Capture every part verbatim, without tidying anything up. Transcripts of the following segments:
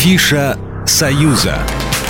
Афиша «Союза».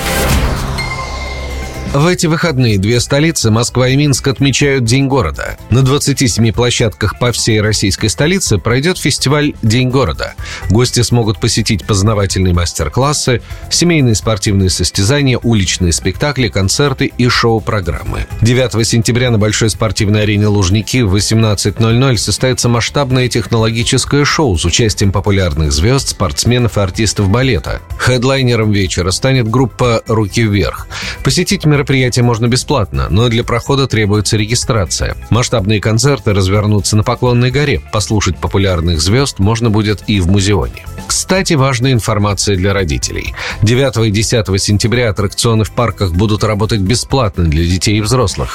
В эти выходные две столицы, Москва и Минск, отмечают День города. На двадцати семи площадках по всей российской столице пройдет фестиваль «День города». Гости смогут посетить познавательные мастер-классы, семейные спортивные состязания, уличные спектакли, концерты и шоу-программы. девятого сентября на Большой спортивной арене «Лужники» в восемнадцать ноль ноль состоится масштабное технологическое шоу с участием популярных звезд, спортсменов и артистов балета. Хедлайнером вечера станет группа «Руки вверх». Посетить мероприятие можно бесплатно, но для прохода требуется регистрация. Масштабные концерты развернутся на Поклонной горе. Послушать популярных звезд можно будет и в Музеоне. Кстати, важная информация для родителей. девятого и десятого сентября аттракционы в парках будут работать бесплатно для детей и взрослых.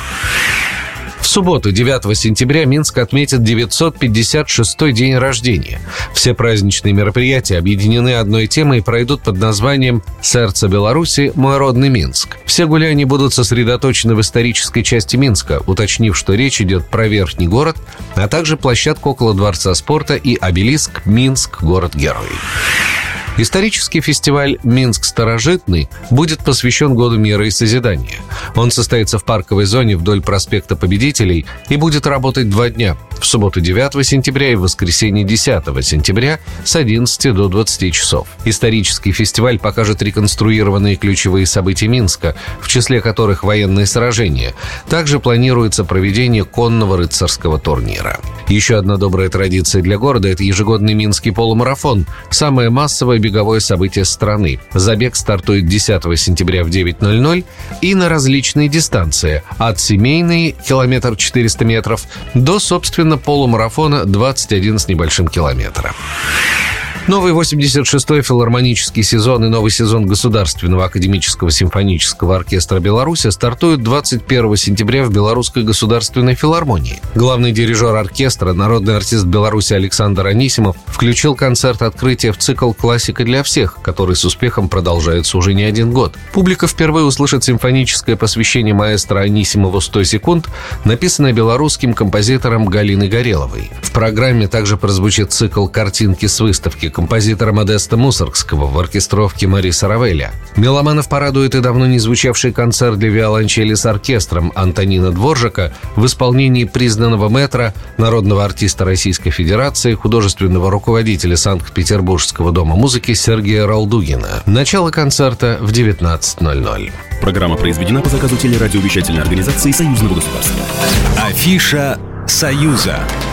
В субботу, девятого сентября, Минск отметит девятьсот пятьдесят шестой день рождения. Все праздничные мероприятия объединены одной темой и пройдут под названием «Сердце Беларуси. Мой родный Минск». Все гуляния будут сосредоточены в исторической части Минска, уточнив, что речь идет про верхний город, а также площадку около Дворца спорта и обелиск «Минск. Город-герой». Исторический фестиваль «Минск старожитный» будет посвящен Году мира и созидания. Он состоится в парковой зоне вдоль проспекта Победителей и будет работать два дня – в субботу девятого сентября и в воскресенье десятого сентября с одиннадцати до двадцати часов. Исторический фестиваль покажет реконструированные ключевые события Минска, в числе которых военные сражения. Также планируется проведение конного рыцарского турнира. Еще одна добрая традиция для города – это ежегодный Минский полумарафон – самое массовое беговое событие страны. Забег стартует десятого сентября в девять ноль ноль и на различные дистанции – от семейной – километр четыреста метров до, собственно, полумарафона двадцать один с небольшим километра. Новый восемьдесят шестой филармонический сезон и новый сезон Государственного академического симфонического оркестра Беларуси стартуют двадцать первого сентября в Белорусской государственной филармонии. Главный дирижер оркестра, народный артист Беларуси Александр Анисимов включил концерт открытия в цикл «Классика для всех», который с успехом продолжается уже не один год. Публика впервые услышит симфоническое посвящение маэстро Анисимову «сто секунд», написанное белорусским композитором Галиной Гореловой. В программе также прозвучит цикл «Картинки с выставки» композитора Модеста Мусоргского в оркестровке Мариса Равеля. Меломанов порадует и давно не звучавший концерт для виолончели с оркестром Антонина Дворжака в исполнении признанного мэтра, народного артиста Российской Федерации, художественного руководителя Санкт-Петербургского дома музыки Сергея Ралдугина. Начало концерта в девятнадцать ноль ноль. Программа произведена по заказу телерадиовещательной организации Союзного государства. Афиша «Союза».